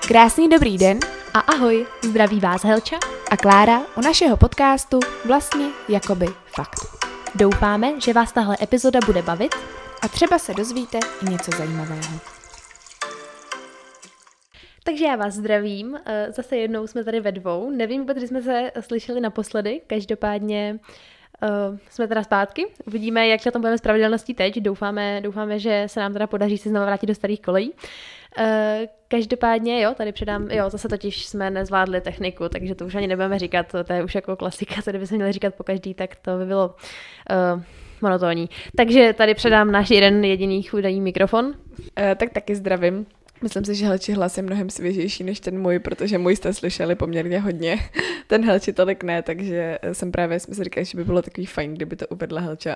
Krásný dobrý den a ahoj, zdraví vás Helča a Klára u našeho podcastu Vlastně jakoby fakt. Doufáme, že vás tahle epizoda bude bavit a třeba se dozvíte i něco zajímavého. Takže já vás zdravím, zase jednou jsme tady ve dvou, nevím vůbec, kdy jsme se slyšeli naposledy, každopádně jsme teda zpátky, uvidíme, jak na tom budeme s pravidelností teď, doufáme, že se nám teda podaří se znovu vrátit do starých kolejí. Každopádně, tady předám, zase totiž jsme nezvládli techniku, takže to už ani nebudeme říkat, to je už jako klasika, co kdybychom měli říkat pokaždý, tak to by bylo monotónní. Takže tady předám náš jeden jediný chudý mikrofon. Tak taky zdravím. Myslím si, že Helči hlas je mnohem svěžejší než ten můj, protože můj jste slyšeli poměrně hodně. Ten Helči tolik ne, takže jsme si říkali, že by bylo takový fajn, kdyby to uvedla Helča,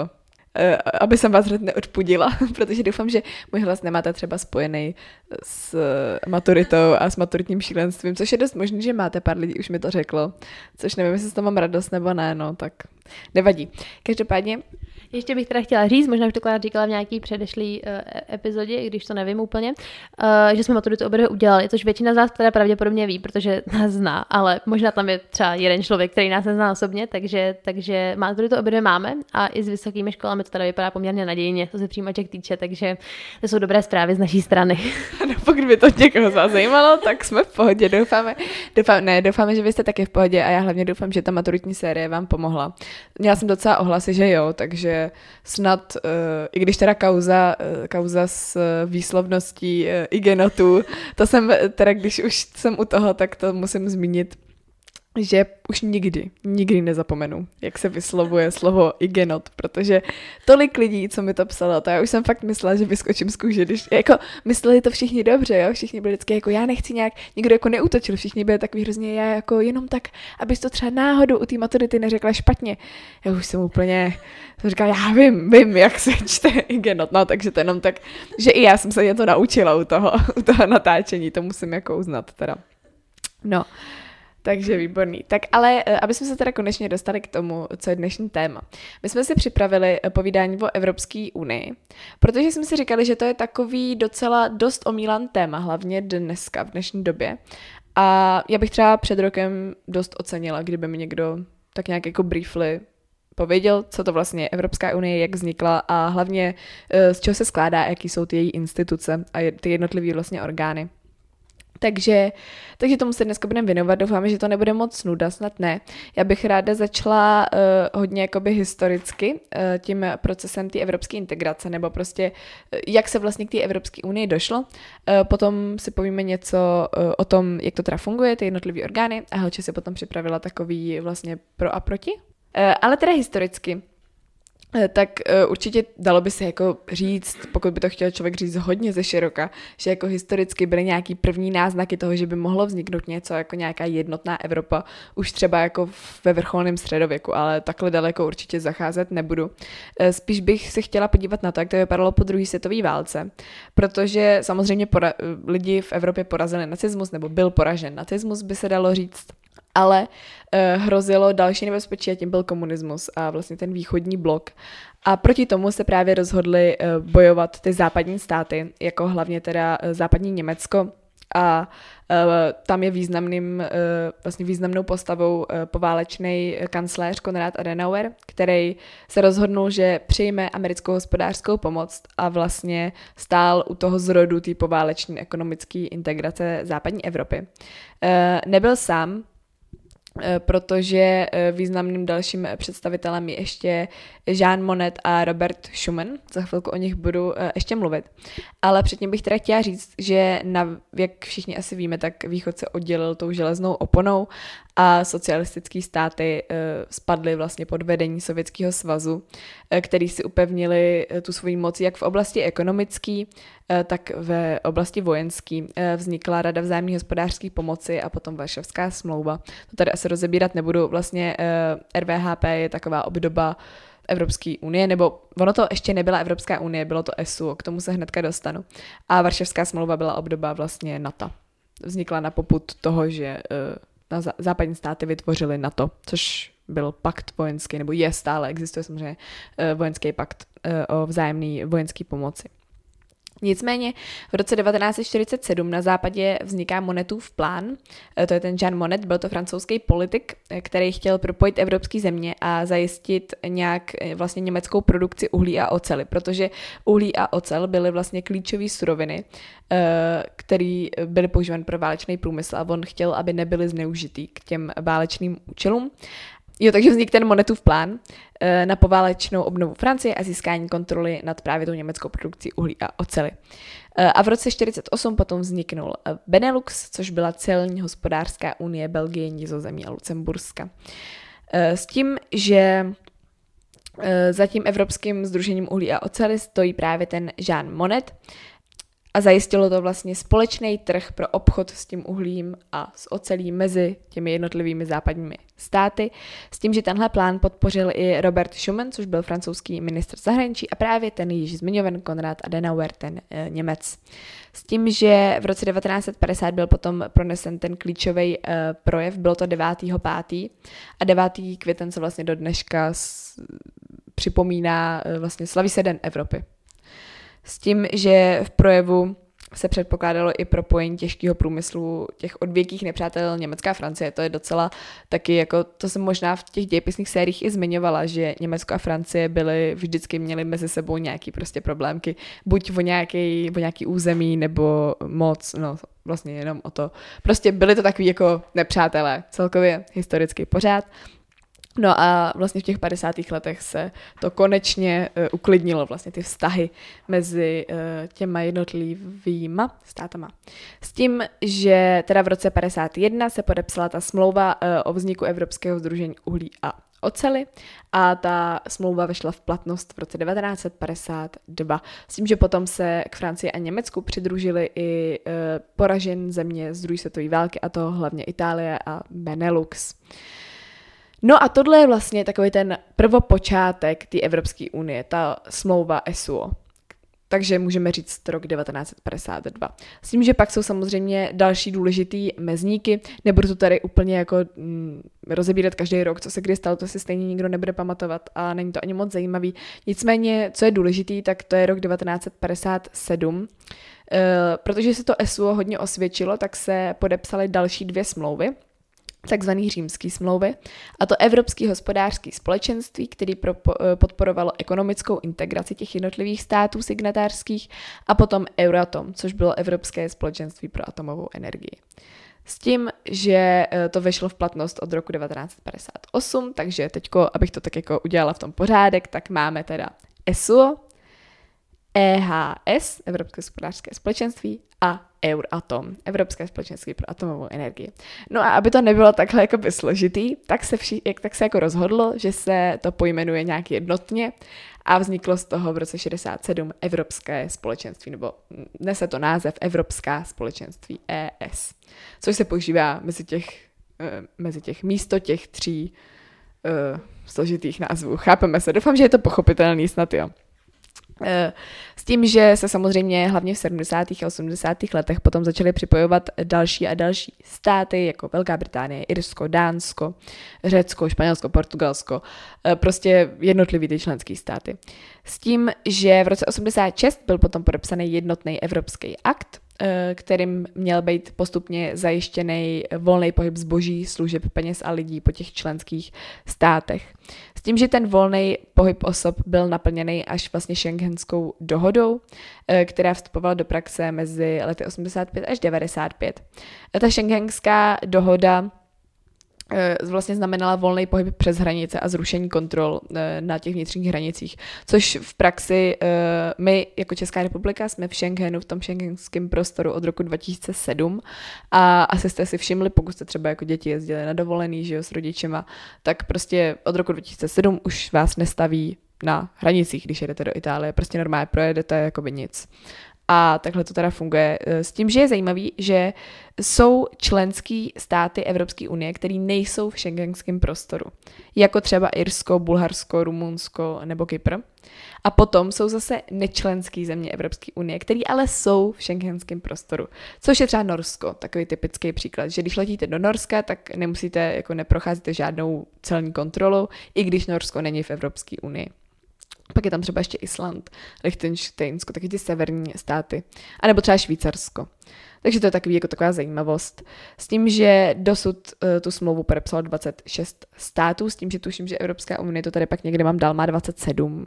aby jsem vás hned neodpudila, protože doufám, že můj hlas nemáte třeba spojený s maturitou a s maturitním šílenstvím, což je dost možný, že máte, pár lidí už mi to řeklo, což nevím, jestli z toho mám radost nebo ne, tak nevadí. Každopádně ještě bych teda chtěla říct, možná už to Klára říkala v nějaký předešlý epizodě, i když to nevím úplně, že jsme maturitu obě udělali, což většina z vás teda pravděpodobně ví, protože nás zná, ale možná tam je třeba jeden člověk, který nás nezná osobně, takže maturitu obě máme a i s vysokými školami to teda vypadá poměrně nadějně, co se přijímaček týče, takže to jsou dobré zprávy z naší strany. No, pokud by to někoho z vás zajímalo, tak jsme v pohodě, doufáme, že vy jste taky v pohodě a já hlavně doufám, že ta maturitní série vám pomohla. Měla jsem docela ohlasy, že jo, takže snad, i když teda kauza s výslovností igenotu, to jsem teda, když už jsem u toho, tak to musím zmínit, že už nikdy nezapomenu, jak se vyslovuje slovo igenot, protože tolik lidí, co mi to psalo, to já už jsem fakt myslela, že vyskočím z kůže, když jako mysleli to všichni dobře, jo, všichni byli vždycky jako já nechci nějak, nikdo jako neútočil, všichni byli takový hrozně, já jako jenom tak, abys to třeba náhodou u té maturity neřekla špatně. Já už jsem úplně, jsem říkala, já vím, jak se čte igenot, takže to jenom tak, že i já jsem se něco naučila u toho natáčení, to musím jako uznat teda. No. Takže výborný. Tak ale, aby jsme se teda konečně dostali k tomu, co je dnešní téma. My jsme si připravili povídání o Evropské unii, protože jsme si říkali, že to je takový docela dost omílan téma, hlavně dneska, v dnešní době. A já bych třeba před rokem dost ocenila, kdyby mi někdo tak nějak jako briefly pověděl, co to vlastně je Evropská unie, jak vznikla a hlavně z čeho se skládá, jaký jsou ty její instituce a ty jednotlivé vlastně orgány. Takže tomu se dneska budeme věnovat, doufáme, že to nebude moc nuda, snad ne. Já bych ráda začala hodně jakoby historicky tím procesem té evropské integrace, nebo prostě jak se vlastně k té Evropské unii došlo. Potom si povíme něco o tom, jak to teda funguje, ty jednotlivé orgány a Helče si potom připravila takový vlastně pro a proti. Ale teda historicky. Tak určitě dalo by se jako říct, pokud by to chtěl člověk říct hodně ze široka, že jako historicky byly nějaký první náznaky toho, že by mohlo vzniknout něco jako nějaká jednotná Evropa, už třeba jako ve vrcholném středověku, ale takhle daleko určitě zacházet nebudu. Spíš bych se chtěla podívat na to, jak to vypadalo po druhé světové válce, protože samozřejmě lidi v Evropě porazili nacismus, nebo byl poražen nacismus, by se dalo říct. Ale hrozilo další nebezpečí a tím byl komunismus a vlastně ten východní blok. A proti tomu se právě rozhodli bojovat ty západní státy, jako hlavně teda západní Německo. A tam je významnou postavou poválečný kancléř Konrad Adenauer, který se rozhodnul, že přijme americkou hospodářskou pomoc a vlastně stál u toho zrodu té pováleční ekonomické integrace západní Evropy. Nebyl sám, protože významným dalším představitelem je ještě Jean Monnet a Robert Schuman. Za chvilku o nich budu ještě mluvit. Ale předtím bych teda chtěla říct, že jak všichni asi víme, tak Východ se oddělil tou železnou oponou a socialistické státy spadly vlastně pod vedení Sovětského svazu, který si upevnili tu svoji moc jak v oblasti ekonomické, tak ve oblasti vojenské. Vznikla Rada vzájemné hospodářské pomoci a potom Varšavská smlouva. To tady asi rozebírat nebudu. Vlastně RVHP je taková obdoba Evropské unie, nebo ono to ještě nebyla Evropská unie, bylo to ESU, k tomu se hnedka dostanu. A Varšavská smlouva byla obdoba vlastně NATO. Vznikla na popud toho, že západní státy vytvořily NATO, což byl pakt vojenský, nebo je stále, existuje samozřejmě vojenský pakt o vzájemné vojenské pomoci. Nicméně v roce 1947 na západě vzniká Monetův plán, to je ten Jean Monnet, byl to francouzský politik, který chtěl propojit evropské země a zajistit nějak vlastně německou produkci uhlí a oceli, protože uhlí a ocel byly vlastně klíčové suroviny, které byly používány pro válečný průmysl a on chtěl, aby nebyly zneužitý k těm válečným účelům. Jo, takže vznikl ten Monetův plán na poválečnou obnovu Francie a získání kontroly nad právě tou německou produkcí uhlí a oceli. A v roce 1948 potom vzniknul Benelux, což byla celní hospodářská unie Belgie, Nizozemí a Lucemburska. S tím, že za tím Evropským sdružením uhlí a oceli stojí právě ten Jean Monnet, a zajistilo to vlastně společný trh pro obchod s tím uhlím a s ocelí mezi těmi jednotlivými západními státy, s tím, že tenhle plán podpořil i Robert Schuman, což byl francouzský ministr zahraničí, a právě ten již zmiňovaný Konrad Adenauer, ten Němec. S tím, že v roce 1950 byl potom pronesen ten klíčový projev, bylo to 9.5. a 9. květen se vlastně do dneška připomíná, vlastně slaví se Den Evropy. S tím, že v projevu se předpokládalo i propojení těžkého průmyslu těch odvěkých nepřátel Německa a Francie. To je docela taky, jako to jsem možná v těch dějepisných sériích i zmiňovala, že Německo a Francie vždycky měly mezi sebou nějaký prostě problémky, buď o nějaký území nebo moc, no vlastně jenom o to. Prostě byly to takový jako nepřátelé, celkově historicky pořád. No a vlastně v těch 50. letech se to konečně uklidnilo, vlastně ty vztahy mezi těma jednotlivýma státama. S tím, že teda v roce 51 se podepsala ta smlouva o vzniku Evropského sdružení uhlí a oceli a ta smlouva vešla v platnost v roce 1952. S tím, že potom se k Francii a Německu přidružily i poražen země z druhé světové války, a to hlavně Itálie a Benelux. No a tohle je vlastně takový ten prvopočátek té Evropské unie, ta smlouva SUO. Takže můžeme říct rok 1952. S tím, že pak jsou samozřejmě další důležitý mezníky. Nebudu to tady úplně jako rozebírat každý rok, co se kdy stalo, to si stejně nikdo nebude pamatovat a není to ani moc zajímavý. Nicméně, co je důležitý, tak to je rok 1957. Protože se to SUO hodně osvědčilo, tak se podepsaly další 2 smlouvy, takzvaný římský smlouvy, a to Evropský hospodářský společenství, který podporovalo ekonomickou integraci těch jednotlivých států signatářských, a potom Euratom, což bylo Evropské společenství pro atomovou energii. S tím, že to vešlo v platnost od roku 1958, takže teďko, abych to tak jako udělala v tom pořádek, tak máme teda SUO, EHS, Evropské hospodářské společenství, a Euratom, Evropské společenství pro atomovou energii. No a aby to nebylo takhle jakoby složitý, tak se jako rozhodlo, že se to pojmenuje nějak jednotně a vzniklo z toho v roce 67 Evropské společenství, nebo nese to název Evropská společenství ES, což se používá mezi těch místo těch 3 složitých názvů. Chápeme se, doufám, že je to pochopitelný snad, jo. S tím, že se samozřejmě hlavně v 70. a 80. letech potom začaly připojovat další a další státy, jako Velká Británie, Irsko, Dánsko, Řecko, Španělsko, Portugalsko, prostě jednotlivý ty členský státy. S tím, že v roce 86 byl potom podepsaný jednotný evropský akt, kterým měl být postupně zajištěný volný pohyb zboží, služeb, peněz a lidí po těch členských státech. S tím, že ten volný pohyb osob byl naplněný až vlastně Schengenskou dohodou, která vstupovala do praxe mezi lety 85 až 95. Ta Schengenská dohoda vlastně znamenala volný pohyb přes hranice a zrušení kontrol na těch vnitřních hranicích, což v praxi my jako Česká republika jsme v Schengenu, v tom schengenském prostoru od roku 2007 a asi jste si všimli, pokud jste třeba jako děti jezdili na dovolený, že jo, s rodičema, tak prostě od roku 2007 už vás nestaví na hranicích, když jedete do Itálie, prostě normálně projedete jakoby nic. A takhle to teda funguje s tím, že je zajímavý, že jsou členský státy Evropské unie, které nejsou v schengenském prostoru, jako třeba Irsko, Bulharsko, Rumunsko nebo Kypr. A potom jsou zase nečlenské země Evropské unie, které ale jsou v schengenském prostoru, což je třeba Norsko, takový typický příklad, že když letíte do Norska, tak neprocházíte žádnou celní kontrolou, i když Norsko není v Evropské unii. Pak je tam třeba ještě Island, Lichtenštejnsko, taky ty severní státy. A nebo třeba Švýcarsko. Takže to je taková zajímavost. S tím, že dosud tu smlouvu podepsalo 26 států, s tím, že tuším, že Evropská unie, to tady pak někde mám dál, má 27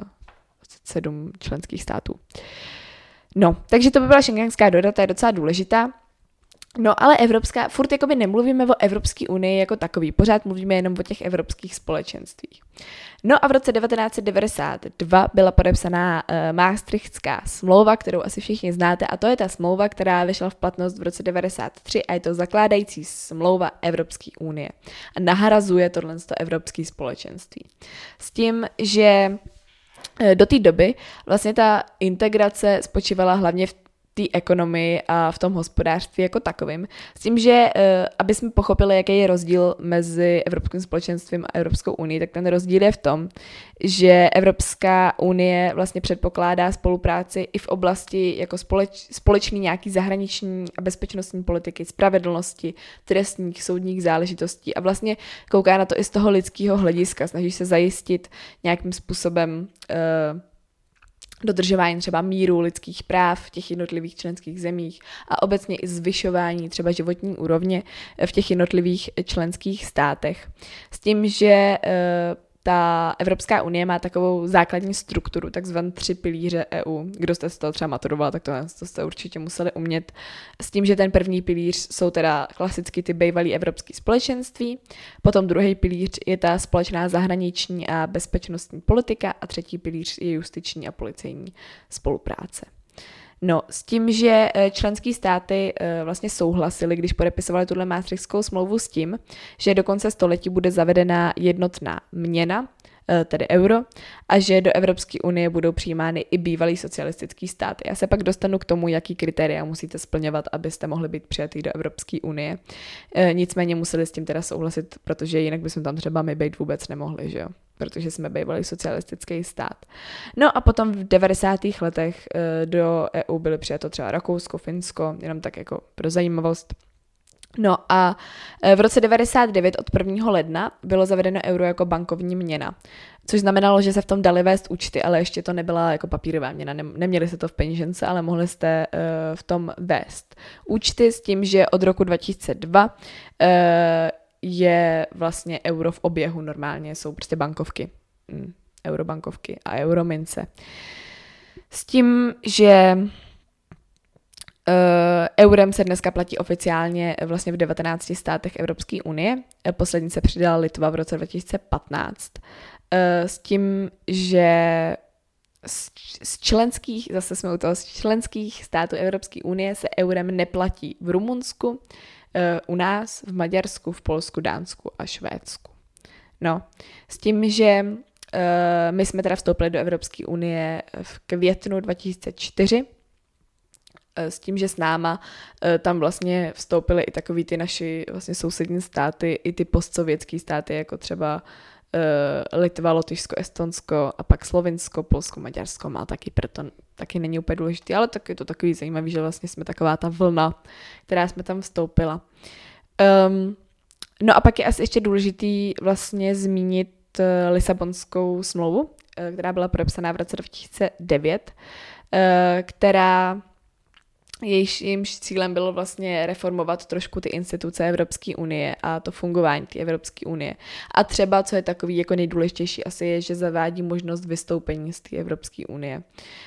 členských států. No, takže to by byla schengenská dohoda, ta je docela důležitá. No, ale furt jakoby nemluvíme o Evropské unii jako takový, pořád mluvíme jenom o těch evropských společenstvích. No a v roce 1992 byla podepsaná Maastrichtská smlouva, kterou asi všichni znáte, a to je ta smlouva, která vyšla v platnost v roce 1993 a je to zakládající smlouva Evropské unie. A nahrazuje tohle evropské společenství. S tím, že do té doby vlastně ta integrace spočívala hlavně v té ekonomii a v tom hospodářství jako takovým. S tím, že aby jsme pochopili, jaký je rozdíl mezi Evropským společenstvím a Evropskou unii, tak ten rozdíl je v tom, že Evropská unie vlastně předpokládá spolupráci i v oblasti jako společný nějaký zahraniční a bezpečnostní politiky, spravedlnosti, trestních, soudních záležitostí a vlastně kouká na to i z toho lidského hlediska. Snaží se zajistit nějakým způsobem dodržování třeba míru lidských práv v těch jednotlivých členských zemích a obecně i zvyšování třeba životní úrovně v těch jednotlivých členských státech. S tím, že ta Evropská unie má takovou základní strukturu, takzvané 3 pilíře EU. Kdo jste z toho třeba maturoval, tak to jste určitě museli umět. S tím, že ten první pilíř jsou teda klasicky ty bývalý evropský společenství, potom druhý pilíř je ta společná zahraniční a bezpečnostní politika a třetí pilíř je justiční a policejní spolupráce. No, s tím, že členské státy vlastně souhlasily, když podepisovali tuhle Maastrichtskou smlouvu s tím, že do konce století bude zavedena jednotná měna, tedy euro, a že do Evropské unie budou přijímány i bývalý socialistický státy. Já se pak dostanu k tomu, jaký kritéria musíte splňovat, abyste mohli být přijatý do Evropské unie. Nicméně museli s tím teda souhlasit, protože jinak bychom tam třeba my být vůbec nemohli, že jo? Protože jsme bývali socialistický stát. No a potom v 90. letech do EU byly přijato třeba Rakousko, Finsko, jenom tak jako pro zajímavost. No a v roce 99 od 1. ledna bylo zavedeno euro jako bankovní měna, což znamenalo, že se v tom dali vést účty, ale ještě to nebyla jako papírová měna, neměli se to v peněžence, ale mohli jste v tom vést účty s tím, že od roku 2002 je vlastně euro v oběhu normálně, jsou prostě bankovky, eurobankovky a euromince. S tím, že eurem se dneska platí oficiálně vlastně v 19 státech Evropské unie. Poslední se přidala Litva v roce 2015. S tím, že z členských států Evropské unie se eurem neplatí v Rumunsku, u nás, v Maďarsku, v Polsku, Dánsku a Švédsku. No, s tím, že my jsme teda vstoupili do Evropské unie v květnu 2004, s tím, že s náma tam vlastně vstoupily i takový ty naši vlastně sousední státy, i ty postsovětský státy, jako třeba Litva, Lotyšsko, Estonsko a pak Slovinsko, Polsko, Maďarsko, má taky, proto taky není úplně důležitý, ale tak je to takový zajímavý, že vlastně jsme taková ta vlna, která jsme tam vstoupila. No a pak je asi ještě důležitý vlastně zmínit Lisabonskou smlouvu, která byla podepsaná v roce 2009, která jejímž cílem bylo vlastně reformovat trošku ty instituce Evropské unie a to fungování té Evropské unie. A třeba, co je takový jako nejdůležitější asi je, že zavádí možnost vystoupení z té Evropské unie.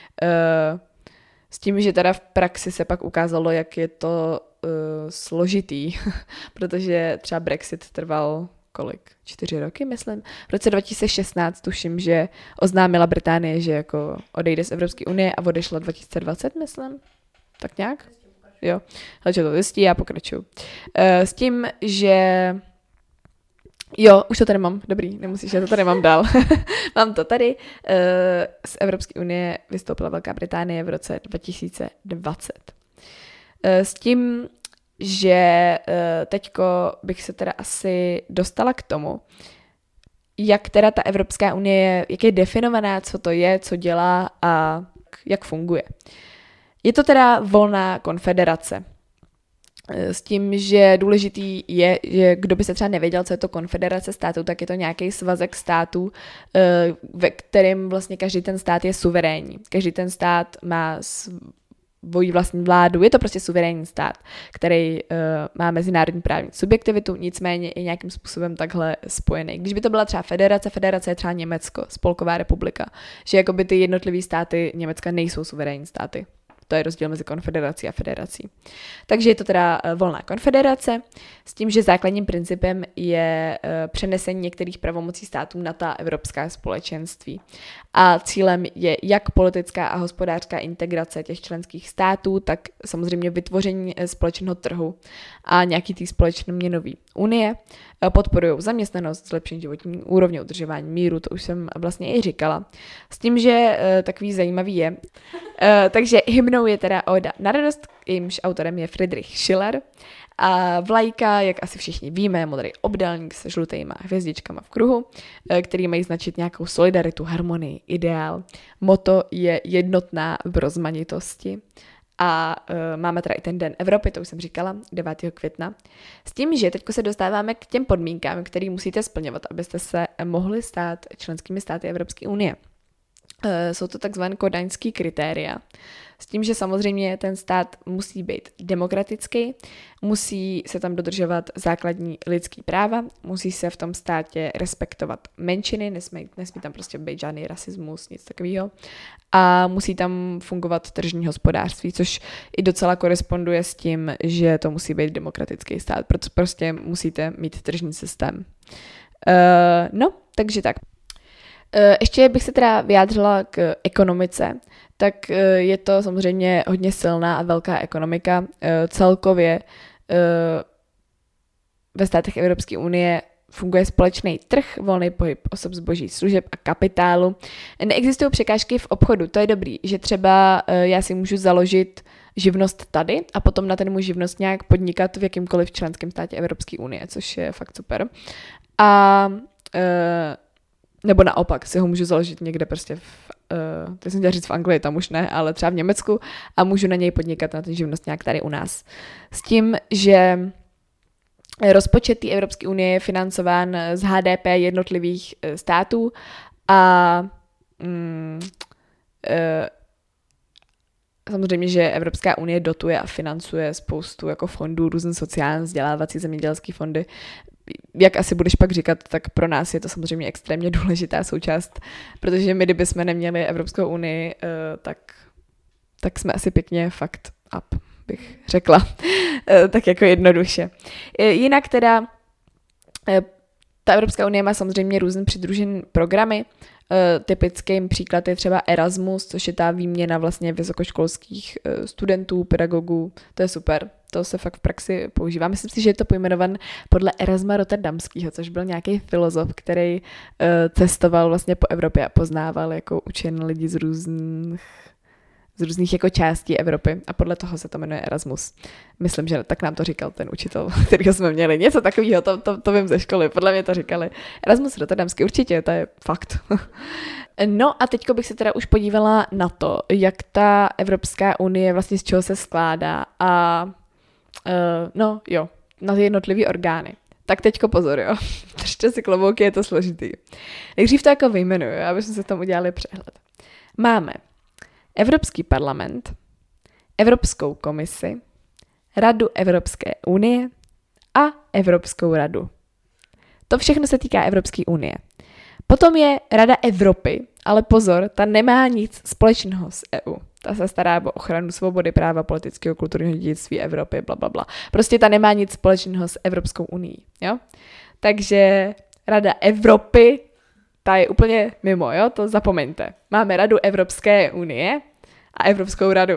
S tím, že teda v praxi se pak ukázalo, jak je to složitý, protože třeba Brexit trval 4 roky, myslím. V roce 2016 tuším, že oznámila Británie, že jako odejde z Evropské unie a odešla 2020, myslím. Tak nějak? Jo. Ale to zjistí, já pokračuju. S tím, že jo, už to tady mám. Dobrý, nemusíš, já to tady mám dál. Mám to tady. Z Evropské unie vystoupila Velká Británie v roce 2020. S tím, že teďko bych se teda asi dostala k tomu, jak teda ta Evropská unie, jak je definovaná, co to je, co dělá a jak funguje. Je to teda volná konfederace. S tím, že důležitý je, že kdo by se třeba nevěděl, co je to konfederace států, tak je to nějaký svazek států, ve kterém vlastně každý ten stát je suverénní. Každý ten stát má svoji vlastní vládu, je to prostě suverénní stát, který má mezinárodní právní subjektivitu, nicméně je nějakým způsobem takhle spojený. Když by to byla třeba federace je třeba Německo, Spolková republika, že jakoby ty jednotlivý státy Německa nejsou suverénní státy. To je rozdíl mezi konfederací a federací. Takže je to teda volná konfederace s tím, že základním principem je přenesení některých pravomocí států na ta evropská společenství. A cílem je jak politická a hospodářská integrace těch členských států, tak samozřejmě vytvoření společného trhu a nějaký tý společné měnový unie. Podporují zaměstnanost, zlepšení životní úrovně, udržování míru, to už jsem vlastně i říkala. S tím, že takový zajímavý je. Takže hymnou je teda Oda na radost, jejímž autorem je Friedrich Schiller. A vlajka, jak asi všichni víme, modrý obdélník se žlutýma hvězdičkama v kruhu, který mají značit nějakou solidaritu, harmonii, ideál. Motto je jednotná v rozmanitosti. A máme teda i ten Den Evropy, to už jsem říkala, 9. května. S tím, že teď se dostáváme k těm podmínkám, které musíte splňovat, abyste se mohli stát členskými státy Evropské unie. Jsou to takzvané kodaňské kritéria. S tím, že samozřejmě ten stát musí být demokratický, musí se tam dodržovat základní lidský práva, musí se v tom státě respektovat menšiny, nesmí tam prostě být žádný rasismus, nic takového. A musí tam fungovat tržní hospodářství, což i docela koresponduje s tím, že to musí být demokratický stát, protože prostě musíte mít tržní systém. No, takže tak. Ještě bych se teda vyjádřila k ekonomice, tak je to samozřejmě hodně silná a velká ekonomika. Celkově ve státech Evropské unie funguje společný trh, volný pohyb osob, zboží, služeb a kapitálu. Neexistují překážky v obchodu, to je dobrý, že třeba já si můžu založit živnost tady a potom na ten můj živnost nějak podnikat v jakýmkoliv členském státě Evropské unie, což je fakt super. A nebo naopak si ho můžu založit někde prostě to jsem chtěla říct v Anglii, tam už ne, ale třeba v Německu a můžu na něj podnikat na ten živnost nějak tady u nás. S tím, že rozpočet té Evropské unie je financován z HDP jednotlivých států a samozřejmě, že Evropská unie dotuje a financuje spoustu jako fondů, různé sociální, vzdělávací, zemědělské fondy. Jak asi budeš pak říkat, tak pro nás je to samozřejmě extrémně důležitá součást, protože my, kdybychom neměli Evropskou unii, tak jsme asi pěkně fucked up, bych řekla. Tak jako jednoduše. Jinak teda ta Evropská unie má samozřejmě různé přidružené programy. Typickým příklad je třeba Erasmus, což je ta výměna vlastně vysokoškolských studentů, pedagogů. To je super. To se fakt v praxi používá. Myslím si, že je to pojmenovan podle Erasma Rotterdamského, což byl nějaký filozof, který cestoval vlastně po Evropě a poznával, jako učil lidi z různých jako částí Evropy a podle toho se to jmenuje Erasmus. Myslím, že tak nám to říkal ten učitel, kterýho jsme měli. Něco takového, to vím ze školy, podle mě to říkali. Erasmus Rotterdamský, určitě, to je fakt. No a teďko bych se teda už podívala na to, jak ta Evropská unie vlastně z čeho se skládá a na ty jednotlivý orgány. Tak teďko pozor, jo. Držte si klobouky, je to složitý. Nejdřív to jako vyjmenuju, aby jsme se tam udělali přehled. Máme Evropský parlament, Evropskou komisi, Radu Evropské unie a Evropskou radu. To všechno se týká Evropské unie. Potom je Rada Evropy, ale pozor, ta nemá nic společného s EU. Ta se stará o ochranu svobody, práva, politického, kulturního dědictví Evropy, blablabla. Prostě ta nemá nic společného s Evropskou unií, jo? Takže Rada Evropy, ta je úplně mimo, jo? To zapomeňte. Máme Radu Evropské unie a Evropskou radu.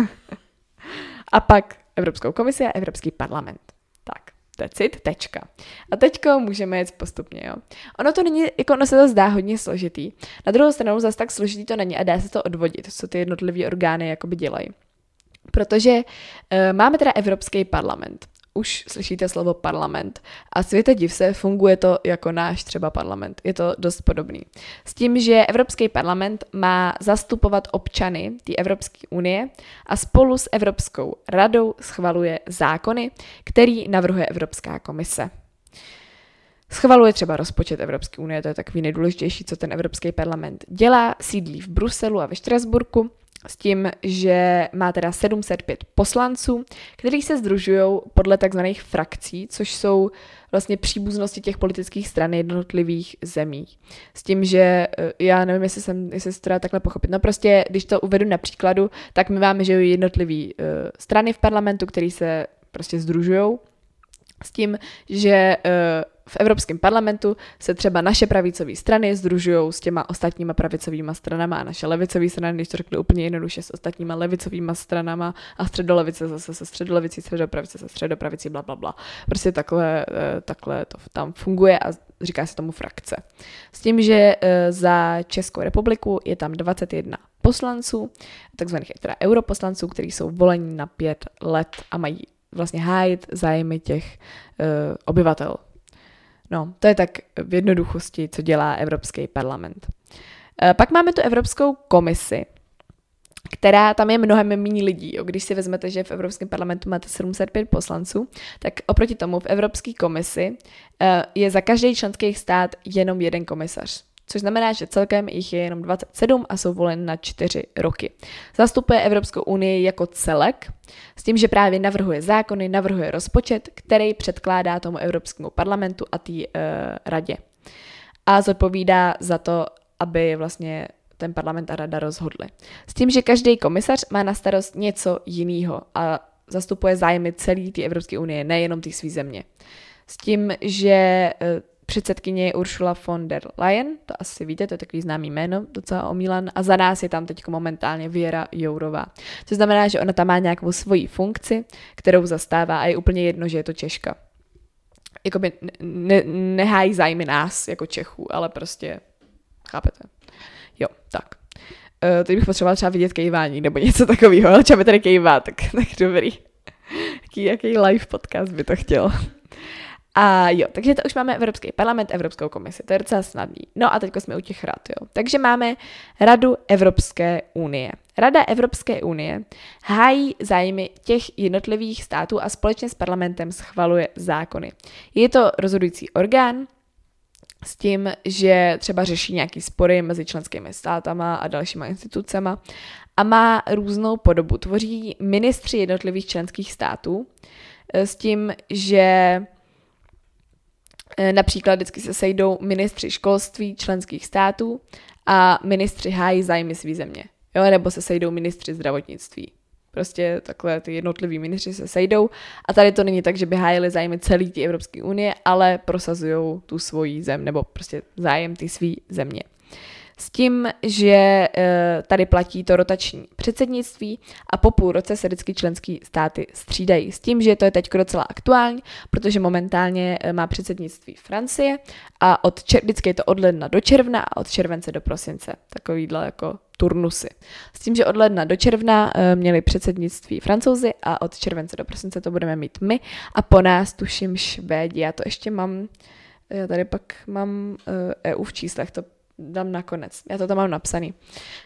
A pak Evropskou komisi a Evropský parlament. Tak, that's it, tečka. A teďko můžeme jít postupně, jo. Ono se to zdá hodně složitý. Na druhou stranu zase tak složitý to není a dá se to odvodit, co ty jednotlivý orgány jakoby dělají. Protože máme teda Evropský parlament. už slyšíte slovo parlament. A světe div se, funguje to jako náš třeba parlament. Je to dost podobný. S tím, že Evropský parlament má zastupovat občany té Evropské unie a spolu s Evropskou radou schvaluje zákony, který navrhuje Evropská komise. Schvaluje třeba rozpočet Evropské unie, to je takový nejdůležitější, co ten Evropský parlament dělá. Sídlí v Bruselu a ve Štrasburku s tím, že má teda 705 poslanců, kteří se sdružují podle takzvaných frakcí, což jsou vlastně příbuznosti těch politických stran jednotlivých zemí. S tím, že já nevím, jestli se to dá takhle pochopit. No prostě, když to uvedu na příkladu, tak my máme, že jednotlivý strany v parlamentu, které se prostě sdružují s tím, že v Evropském parlamentu se třeba naše pravicové strany sdružují s těma ostatníma pravicovýma stranama a naše levicové strany, když to řeknu úplně jednoduše, s ostatníma levicovýma stranama a středolevice zase se středolevicí, středopravice se středopravicí, blablabla. Prostě takhle to tam funguje a říká se tomu frakce. S tím, že za Českou republiku je tam 21 poslanců, takzvaných teda europoslanců, kteří jsou voleni na 5 let a mají vlastně hájit zájmy těch obyvatel. No, to je tak v jednoduchosti, co dělá Evropský parlament. Pak máme tu Evropskou komisi, která tam je mnohem méně lidí. Když si vezmete, že v Evropském parlamentu máte 705 poslanců, tak oproti tomu v Evropské komisi je za každý členský stát jenom jeden komisař. Což znamená, že celkem jich je jenom 27 a jsou voleni na 4 roky. Zastupuje Evropskou unii jako celek, s tím, že právě navrhuje zákony, navrhuje rozpočet, který předkládá tomu Evropskému parlamentu a té radě. A zodpovídá za to, aby vlastně ten parlament a rada rozhodli. S tím, že každý komisař má na starost něco jiného a zastupuje zájmy celé té Evropské unie, nejenom té své země. S tím, že předsedkyně je Ursula von der Leyen, to asi víte, to je takový známý jméno, docela omílan, a za nás je tam teď momentálně Věra Jourová. To znamená, že ona tam má nějakou svoji funkci, kterou zastává a je úplně jedno, že je to Češka. Jakoby nehájí zájmy nás jako Čechů, ale prostě, chápete? Jo, tak. Teď bych potřebovala třeba vidět kejvání nebo něco takového, ale třeba tady kejvá, tak dobrý. Jaký live podcast by to chtěl. A jo, takže to už máme Evropský parlament, Evropskou komisi, to je docela snadný. No a teďko jsme u těch rad, jo. Takže máme Radu Evropské unie. Rada Evropské unie hájí zájmy těch jednotlivých států a společně s parlamentem schvaluje zákony. Je to rozhodující orgán s tím, že třeba řeší nějaký spory mezi členskými státama a dalšíma institucema a má různou podobu. Tvoří ministři jednotlivých členských států s tím, že například vždycky se sejdou ministři školství členských států a ministři hájí zájmy své země. Jo? Nebo se sejdou ministři zdravotnictví. Prostě takhle ty jednotliví ministři se sejdou a tady to není tak, že by hájili zájmy celé té Evropské unie, ale prosazují tu svoji zem nebo prostě zájem té své země. S tím, že tady platí to rotační předsednictví a po půl roce se vždycky členské státy střídají. S tím, že to je teď docela aktuální, protože momentálně má předsednictví Francie a vždycky je to od ledna do června a od července do prosince. Takovýhle jako turnusy. S tím, že od ledna do června měli předsednictví Francouzi a od července do prosince to budeme mít my a po nás tuším Švédi. Já to ještě mám, já tady pak mám EU v číslech, to dám nakonec. Já to tam mám napsaný.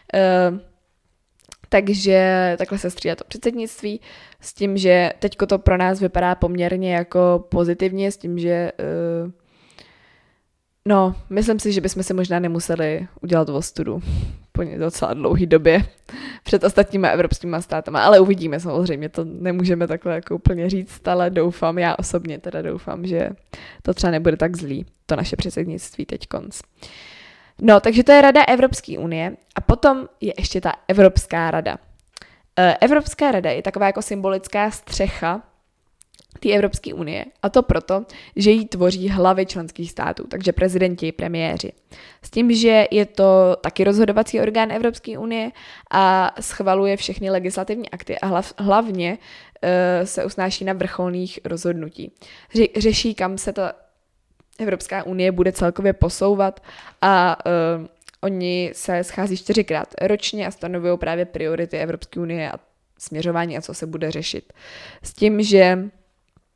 Takže takhle se střídá to předsednictví s tím, že teďko to pro nás vypadá poměrně jako pozitivně, s tím, že myslím si, že bychom si možná nemuseli udělat ostudu po docela dlouhý době před ostatníma evropskýma státama, ale uvidíme samozřejmě, to nemůžeme takhle jako úplně říct, ale já osobně teda doufám, že to třeba nebude tak zlý, to naše předsednictví teď konc. No, takže to je Rada Evropské unie a potom je ještě ta Evropská rada. Evropská rada je taková jako symbolická střecha té Evropské unie a to proto, že ji tvoří hlavy členských států, takže prezidenti, premiéři. S tím, že je to taky rozhodovací orgán Evropské unie a schvaluje všechny legislativní akty a hlavně se usnáší na vrcholných rozhodnutí. Řeší, kam se ta Evropská unie bude celkově posouvat a oni se schází 4krát ročně a stanovují právě priority Evropské unie a směřování a co se bude řešit. S tím, že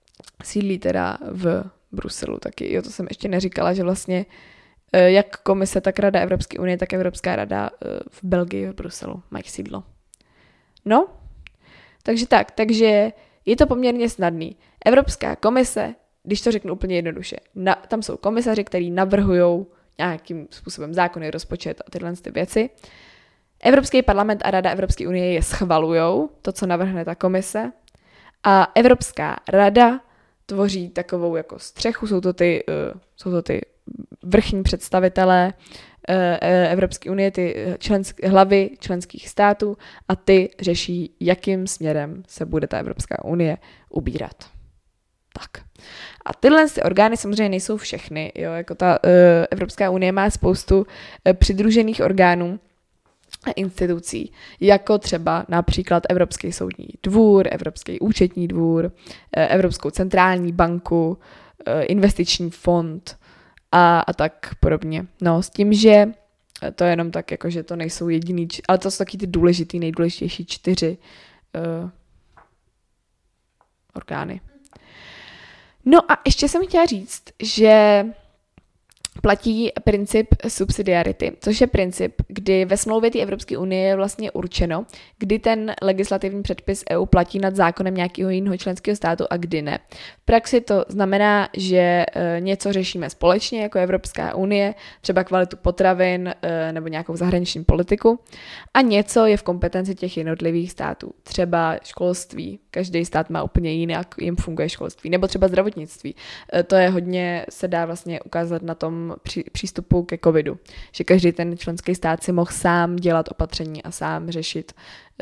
sídlí teda v Bruselu taky. Jo, to jsem ještě neříkala, že vlastně jak komise, tak Rada Evropské unie, tak Evropská rada v Belgii, v Bruselu mají sídlo. No, takže je to poměrně snadný. Evropská komise, když to řeknu úplně jednoduše, tam jsou komisaři, kteří navrhují nějakým způsobem zákony, rozpočet a tyhle ty věci. Evropský parlament a Rada Evropské unie je schvalujou, to, co navrhne ta komise. A Evropská rada tvoří takovou jako střechu, jsou to ty vrchní představitelé Evropské unie, ty hlavy členských států a ty řeší, jakým směrem se bude ta Evropská unie ubírat. Tak. A tyhle orgány samozřejmě nejsou všechny. Jo? Jako ta Evropská unie má spoustu přidružených orgánů a institucí, jako třeba například Evropský soudní dvůr, Evropský účetní dvůr, Evropskou centrální banku, investiční fond a tak podobně. No, s tím, že to je jenom tak, jako, že to nejsou jediný, ale to jsou taky ty nejdůležitější 4 orgány. No a ještě jsem chtěla říct, že platí princip subsidiarity, což je princip, kdy ve smlouvě té Evropské unie je vlastně určeno, kdy ten legislativní předpis EU platí nad zákonem nějakého jiného členského státu a kdy ne. V praxi to znamená, že něco řešíme společně jako Evropská unie, třeba kvalitu potravin nebo nějakou zahraniční politiku, a něco je v kompetenci těch jednotlivých států. Třeba školství, každý stát má úplně jinak, jim funguje školství, nebo třeba zdravotnictví. To je hodně, se dá vlastně ukázat na tom přístupu ke covidu, že každý ten členský stát si mohl sám dělat opatření a sám řešit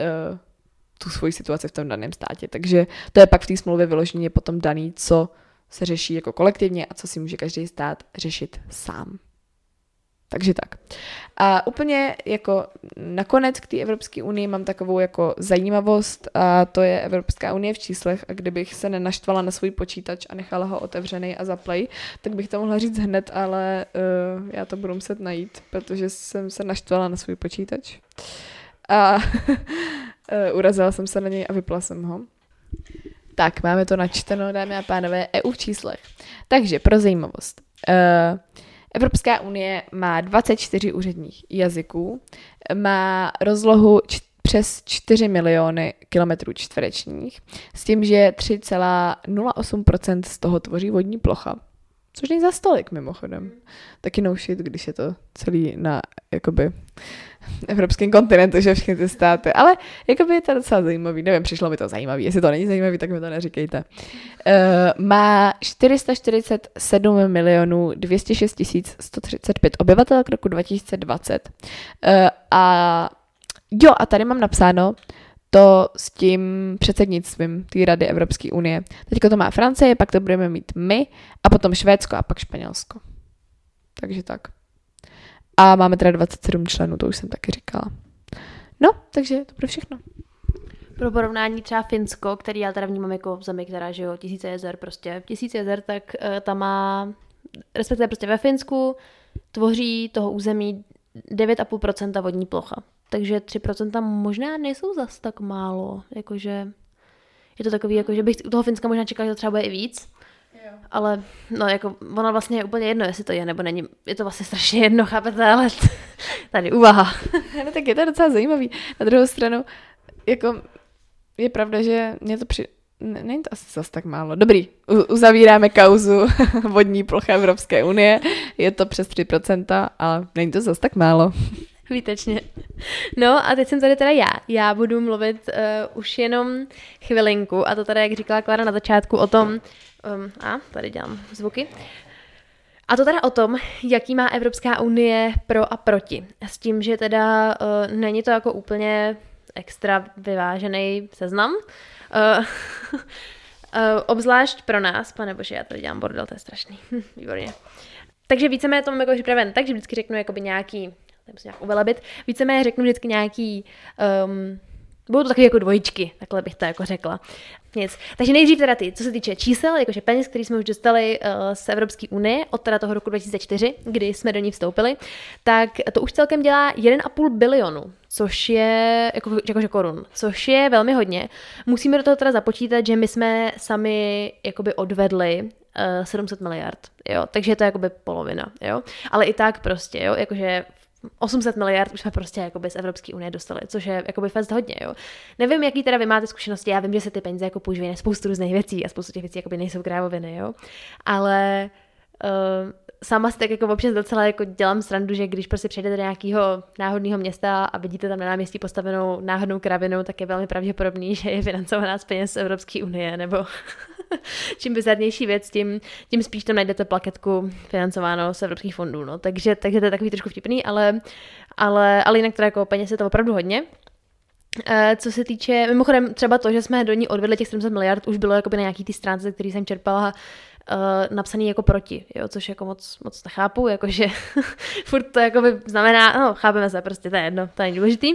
tu svoji situaci v tom daném státě. Takže to je pak v té smlouvě vyloženě potom daný, co se řeší jako kolektivně a co si může každý stát řešit sám. Takže tak. A úplně jako nakonec k té Evropské unii mám takovou jako zajímavost a to je Evropská unie v číslech a kdybych se nenaštvala na svůj počítač a nechala ho otevřený a zaplay, tak bych to mohla říct hned, ale já to budu muset najít, protože jsem se naštvala na svůj počítač a urazila jsem se na něj a vypla jsem ho. Tak, máme to načteno, dámy a pánové, EU v číslech. Takže pro zajímavost. Evropská unie má 24 úředních jazyků, má rozlohu přes 4 miliony kilometrů čtverečních, s tím, že 3,08% z toho tvoří vodní plocha. Což není za stolik, mimochodem. Taky no shit, když je to celý na jakoby evropském kontinentu, že všechny ty státy. Ale jakoby je to docela zajímavý. Nevím, přišlo mi to zajímavý. Jestli to není zajímavý, tak mi to neříkejte. Má 447 milionů 206 135 obyvatel k roku 2020. A tady mám napsáno to s tím předsednictvím té Rady Evropské unie. Teďko to má Francie, pak to budeme mít my a potom Švédsko a pak Španělsko. Takže tak. A máme teda 27 členů, to už jsem taky říkala. No, takže to bude všechno. Pro porovnání třeba Finsko, který já teda vnímám jako zemi, která, že jo, 1000 jezer, tak tam má, respektive prostě ve Finsku tvoří toho území 9,5% vodní plocha. Takže 3% možná nejsou zas tak málo, jakože je to takový, jakože bych u toho Finska možná čekala, že to třeba bude i víc, jo. Ale no jako ono vlastně je úplně jedno, jestli to je nebo není, je to vlastně strašně jedno, chápete, ale tady úvaha. No tak je to docela zajímavý. Na druhou stranu, jako je pravda, že mě to není to asi zas tak málo. Dobrý, uzavíráme kauzu vodní plocha Evropské unie, je to přes 3%, ale není to zas tak málo. Výtečně. No a teď jsem tady teda já. Já budu mluvit už jenom chvilinku a to tady, jak říkala Klára na začátku, o tom, tady dělám zvuky, a to teda o tom, jaký má Evropská unie pro a proti. S tím, že teda není to jako úplně extra vyvážený seznam. Obzvlášť pro nás, panebože, já tady dělám bordel, to je strašný. Výborně. Takže víceméně tomu jako připraven tak, že vždycky řeknu jakoby nějaký, musím nějak uvelebit, víceméně řeknu vždycky nějaký Budou to takové jako dvojičky, takhle bych to jako řekla. Nic. Takže nejdřív teda co se týče čísel, jakože peněz, který jsme už dostali z Evropské unie od teda toho roku 2004, kdy jsme do ní vstoupili, tak to už celkem dělá 1,5 bilionu, což je jakože korun, což je velmi hodně. Musíme do toho teda započítat, že my jsme sami jakoby odvedli 700 miliard, jo, takže to je jakoby polovina, jo, ale i tak prostě, jo, jakože 800 miliard už jsme prostě jakoby z Evropské unie dostali, což je jakoby fakt hodně, jo. Nevím, jaký teda vy máte zkušenosti, já vím, že se ty peníze jako používají na spoustu různých věcí a spoustu těch věcí jakoby nejsou krávoviny, jo, ale sama si tak jako občas docela jako dělám srandu, že když prostě přejdete do nějakého náhodného města a vidíte tam na náměstí postavenou náhodnou kravinu, tak je velmi pravděpodobný, že je financovaná z peněz Evropské unie, nebo čím bizarnější věc, tím spíš tam najdete plaketku financováno z evropských fondů, no. Takže to je takový trošku vtipný, ale jinak teda jako peněz je to opravdu hodně. Co se týče, mimochodem třeba to, že jsme do ní odvedli těch 700 miliard, už bylo jakoby na nějaký ty stránce, který jsem čerpala, napsaný jako proti, jo, což jako moc nechápu, jakože furt to jakoby znamená, no chápeme se, prostě to je jedno, to je důležitý.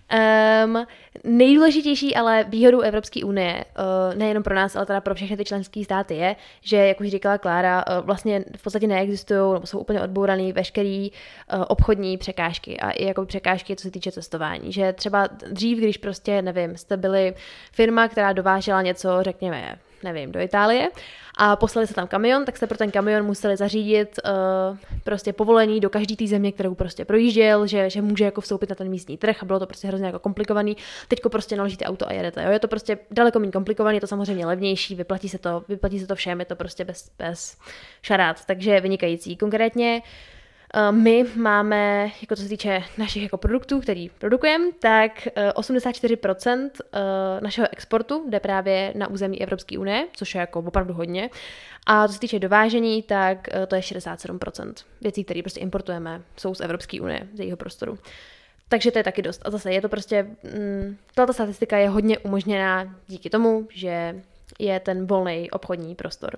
Nejdůležitější ale výhodou Evropské unie, nejenom pro nás, ale teda pro všechny ty členské státy je, že, jak už říkala Klára, vlastně v podstatě neexistují, nebo jsou úplně odbouraný veškerý obchodní překážky a i jako překážky, co se týče cestování, že třeba dřív, když prostě, nevím, jste byli firma, která dovážela něco, řekněme, nevím, do Itálie a poslali se tam kamion, tak jste pro ten kamion museli zařídit prostě povolení do každé té země, kterou prostě projížděl, že může jako vstoupit na ten místní trh a bylo to prostě hrozně jako komplikovaný. Teďko prostě naložíte auto a jedete, jo? Je to prostě daleko méně komplikovaný, je to samozřejmě levnější, vyplatí se to všem, je to prostě bez šarát, takže vynikající. Konkrétně my máme, jako co se týče našich jako produktů, který produkujeme, tak 84% našeho exportu jde právě na území Evropské unie, což je jako opravdu hodně. A co se týče dovážení, tak to je 67% věcí, které prostě importujeme, jsou z Evropské unie, z jejího prostoru. Takže to je taky dost. A zase je to prostě, tato statistika je hodně umožněná díky tomu, že je ten volný obchodní prostor.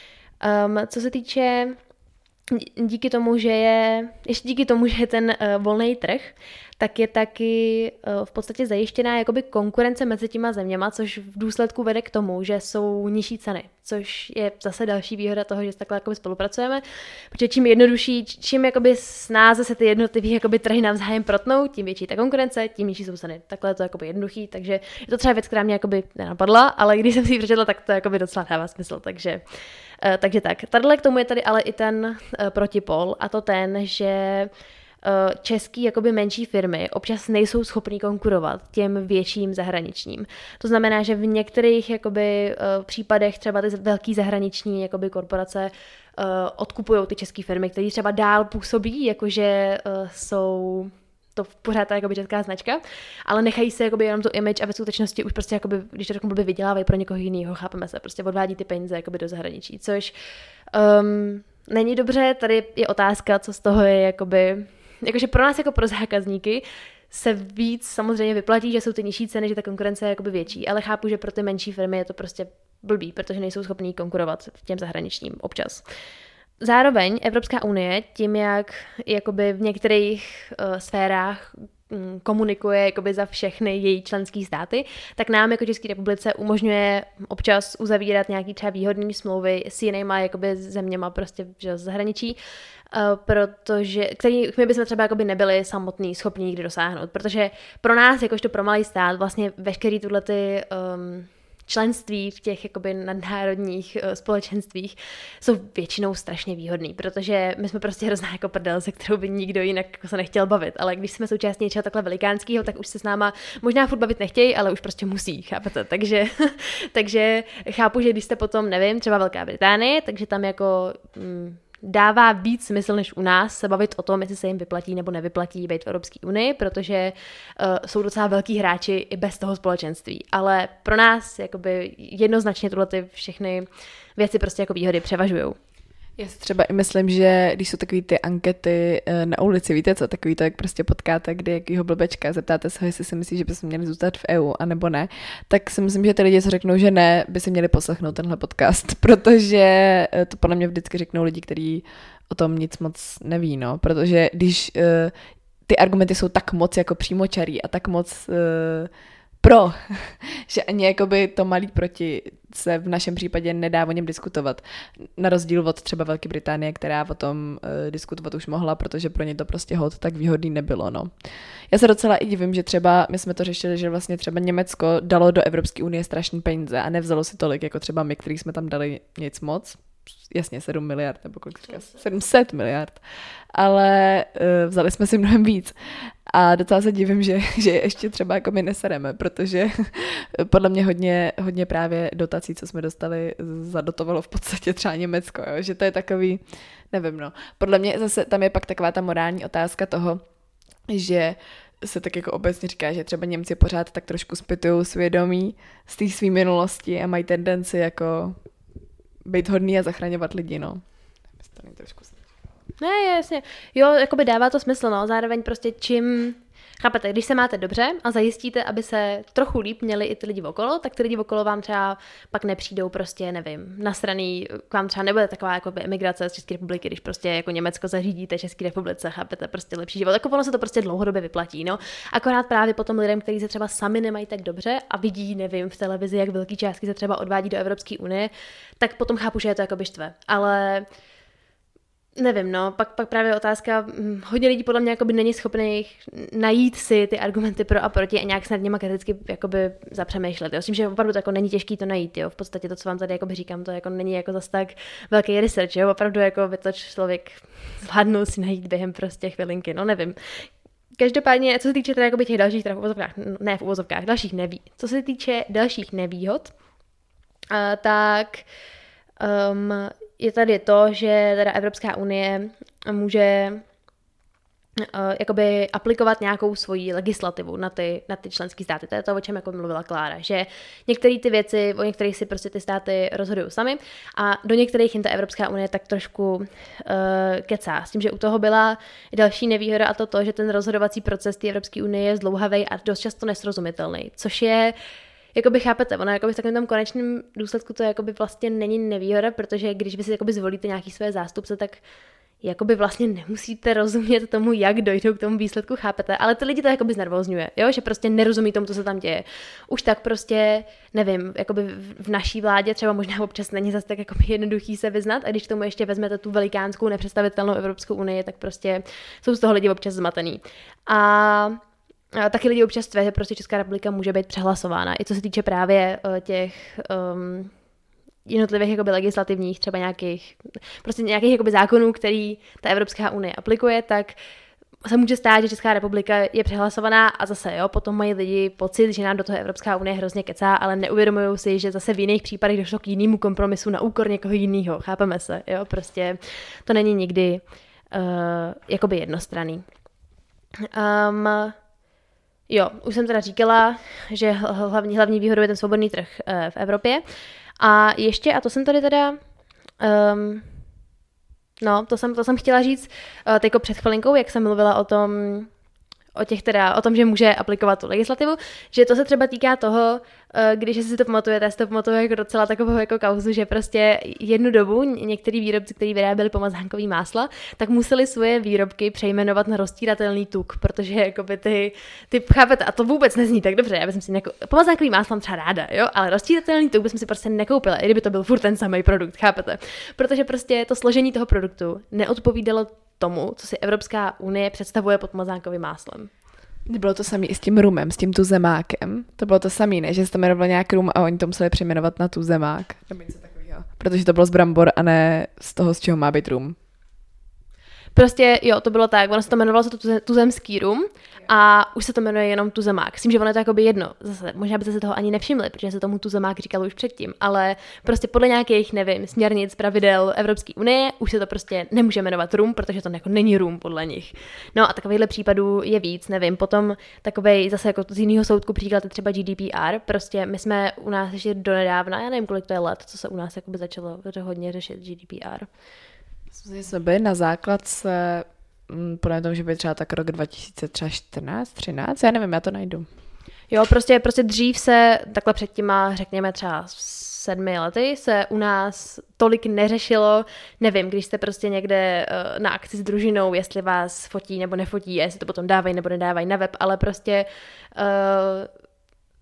Co se týče díky tomu, že je ten volný trh, tak je taky v podstatě zajištěná jakoby konkurence mezi těma zeměma, což v důsledku vede k tomu, že jsou nižší ceny, což je zase další výhoda toho, že takhle jakoby spolupracujeme, protože čím jednodušší, čím jakoby snáze se ty jednotlivý jakoby trhy navzájem protnou, tím větší ta konkurence, tím nižší jsou ceny. Takhle je to jakoby jednoduchý, takže je to třeba věc, která mě jakoby nenapadla, ale když jsem si ji přečetla, tak to jakoby docela dává smysl, takže tak. Tadle k tomu je tady ale i ten protipol, a to ten, že český jakoby menší firmy občas nejsou schopný konkurovat těm větším zahraničním. To znamená, že v některých jakoby případech třeba ty velký zahraniční jakoby korporace odkupují ty české firmy, které třeba dál působí, jakože jsou to pořád ta jakoby česká značka, ale nechají se jakoby jenom tu image a ve skutečnosti už prostě jakoby, když to řeknu, vydělávají pro někoho jiného, chápeme se, prostě odvádí ty peníze jakoby do zahraničí, což není dobře. Tady je otázka, co z toho je jakože pro nás jako pro zákazníky se víc samozřejmě vyplatí, že jsou ty nižší ceny, že ta konkurence je jakoby větší, ale chápu, že pro ty menší firmy je to prostě blbý, protože nejsou schopní konkurovat těm zahraničním občas. Zároveň Evropská unie tím, jak jakoby v některých sférách komunikuje jakoby za všechny její členské státy, tak nám jako České republice umožňuje občas uzavírat nějaký třeba výhodné smlouvy s jinýma jakoby zeměma prostě z zahraničí, protože kterých my bychom třeba jakoby nebyli samotní schopni nikdy dosáhnout, protože pro nás, jakožto pro malý stát, vlastně veškerý tyhle ty členství v těch jakoby nadnárodních společenstvích jsou většinou strašně výhodný, protože my jsme prostě hrozná jako prdel, se kterou by nikdo jinak jako se nechtěl bavit, ale když jsme součástí něčeho takhle velikánského, tak už se s náma možná furt bavit nechtějí, ale už prostě musí, chápete? Takže chápu, že když jste potom, nevím, třeba Velká Británie, takže tam jako dává víc smysl než u nás se bavit o tom, jestli se jim vyplatí nebo nevyplatí být v Evropské unii, protože jsou docela velký hráči i bez toho společenství. Ale pro nás jakoby jednoznačně tyhle ty všechny věci prostě jako výhody převažujou. Já si třeba i myslím, že když jsou takový ty ankety na ulici, víte co, takový to, jak prostě potkáte, kdy jakýho blbečka, zeptáte se, jestli si myslí, že bychom měli zůstat v EU, anebo ne, tak si myslím, že ty lidi, co řeknou, že ne, by si měli poslechnout tenhle podcast, protože to podle mě vždycky řeknou lidi, kteří o tom nic moc neví, no, protože když ty argumenty jsou tak moc jako přímočarý a tak moc že ani jakoby to malý proti se v našem případě nedá o něm diskutovat. Na rozdíl od třeba Velké Británie, která o tom diskutovat už mohla, protože pro ně to prostě hod tak výhodný nebylo, no. Já se docela i divím, že třeba my jsme to řešili, že vlastně třeba Německo dalo do Evropské unie strašný peníze a nevzalo si tolik, jako třeba my, který jsme tam dali nic moc. Jasně, 7 miliard, nebo kolik říká? 700 miliard. Ale vzali jsme si mnohem víc. A docela se divím, že ještě třeba jako my nesereme, protože podle mě hodně právě dotací, co jsme dostali, zadotovalo v podstatě třeba Německo, jo? Že to je takový, nevím, no. Podle mě zase tam je pak taková ta morální otázka toho, že se tak jako obecně říká, že třeba Němci pořád tak trošku zpytují svědomí z té své minulosti a mají tendenci jako být hodný a zachraňovat lidi, no. Ne, jasně. Jo, jakoby dává to smysl, no. Zároveň prostě chápete, když se máte dobře a zajistíte, aby se trochu líp měli i ty lidi okolo, tak ty lidi okolo vám třeba pak nepřijdou prostě, nevím, nasraný, k vám třeba nebude taková jakoby emigrace z České republiky, když prostě jako Německo zařídíte České republice, chápete, prostě lepší život. Jako ono se to prostě dlouhodobě vyplatí, no. Akorát právě potom lidem, kteří se třeba sami nemají tak dobře a vidí, nevím, v televizi, jak velký částky se třeba odvádí do Evropské unie, tak potom chápu, že je to jako štve. Ale nevím, no, pak právě otázka, hodně lidí podle mě jakoby není schopných najít si ty argumenty pro a proti a nějak se nad něma kriticky jakoby zapřemýšlet. Jo. S tím, že opravdu to jako není těžký to najít, jo. V podstatě to, co vám tady jakoby říkám, to jako není jako zas tak velký research, jo. Opravdu jako by to člověk zvládnul si najít během prostě chvilinky, no nevím. Každopádně, co se týče teda jakoby těch dalších, teda v uvozovkách, ne v uvozovkách, co se týče dalších nevýhod, tak je tady to, že teda Evropská unie může jakoby aplikovat nějakou svoji legislativu na ty členské státy. To je to, o čem jako mluvila Klára, že některé ty věci, o některých si prostě ty státy rozhodují sami a do některých jim ta Evropská unie tak trošku kecá. S tím, že u toho byla další nevýhoda a to, že ten rozhodovací proces té Evropské unie je zdlouhavý a dost často nesrozumitelný, což je jakoby chápete, ono jakoby v takovém tom konečném důsledku to jakoby vlastně není nevýhoda, protože když vy si jakoby zvolíte nějaký své zástupce, tak jakoby vlastně nemusíte rozumět tomu, jak dojdou k tomu výsledku, chápete, ale ty lidi to jakoby znervózňuje, jo, že prostě nerozumí tomu, co se tam děje. Už tak prostě, nevím, jakoby v naší vládě třeba možná občas není zase tak jakoby jednoduchý se vyznat a když k tomu ještě vezmete tu velikánskou nepředstavitelnou Evropskou unii, tak prostě jsou z toho lidi občas zmatený. A taky lidi občas tvé, že prostě Česká republika může být přehlasována. I co se týče právě těch jednotlivých jakoby legislativních, třeba nějakých jakoby zákonů, který ta Evropská unie aplikuje, tak se může stát, že Česká republika je přehlasovaná a zase, jo, potom mají lidi pocit, že nám do toho Evropská unie hrozně kecá, ale neuvědomují si, že zase v jiných případech došlo k jinému kompromisu na úkor někoho jiného. Chápeme se, jo, prostě to není nikdy jakoby jednostranný. Jo, už jsem teda říkala, že hlavní výhodou je ten svobodný trh v Evropě. A ještě, a to jsem tady teda, to jsem chtěla říct teďko před chvilinkou, jak jsem mluvila o tom, že může aplikovat tu legislativu, že to se třeba týká toho, když si to pamatujete, já si to pamatuju jako docela takovou jako kauzu, že prostě jednu dobu některý výrobci, kteří vyráběli pomazánkový másla, tak museli svoje výrobky přejmenovat na rozstíratelný tuk, protože jakoby ty chápete, a to vůbec nezní tak dobře, já bych si pomazánkový máslo mám třeba ráda, jo, ale rozstíratelný tuk bychom si prostě nekoupila, i kdyby to byl furt ten samý produkt, chápete, protože prostě to složení toho produktu neodpovídalo tomu, co si Evropská unie představuje pod pomazánkovým máslem. Bylo to samý i s tím rumem, s tím tuzemákem. To bylo to samý, ne? Že se to jmenovalo nějak rum a oni to museli přejmenovat na tuzemák. Nebo něco takového. Protože to bylo z brambor a ne z toho, z čeho má být rum. Prostě jo, to bylo tak, ono se to jmenovalo tuzemský rum a už se to jmenuje jenom tuzemák. S tím, že ono je to jakoby jedno. Zase, možná byste se toho ani nevšimli, protože se tomu tuzemák říkalo už předtím, ale prostě podle nějakých, nevím, směrnic, pravidel Evropské unie už se to prostě nemůže jmenovat rum, protože to jako není rum podle nich. No a takovýchhle případů je víc, nevím. Potom takovej zase jako z jiného soudku příklad je třeba GDPR. Prostě my jsme u nás ještě donedávna, já nevím, kolik to je let, co se u nás jakoby začalo hodně řešit GDPR. Jsme byli na základce, podle toho, že by třeba tak rok 2014, 13, já nevím, já to najdu. Jo, prostě dřív se takhle před těma, řekněme třeba 7 lety se u nás tolik neřešilo, nevím, když jste prostě někde na akci s družinou, jestli vás fotí nebo nefotí, jestli to potom dávají nebo nedávají na web, ale prostě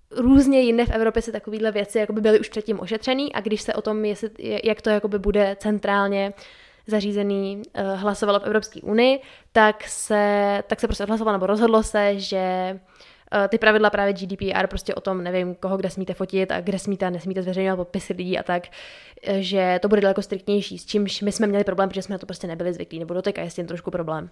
různě jinde v Evropě se takovýhle věci jakoby byly už předtím ošetřený a když se o tom, jak to jakoby bude centrálně zařízený hlasovalo v Evropské unii, tak se prostě odhlasovalo nebo rozhodlo se, že ty pravidla právě GDPR prostě o tom, nevím, koho kde smíte fotit a kde smíte a nesmíte zveřejňovat podpisy lidí a tak, že to bude daleko striktnější, s čímž my jsme měli problém, protože jsme na to prostě nebyli zvyklí, nebo doteďka je s tím trošku problém.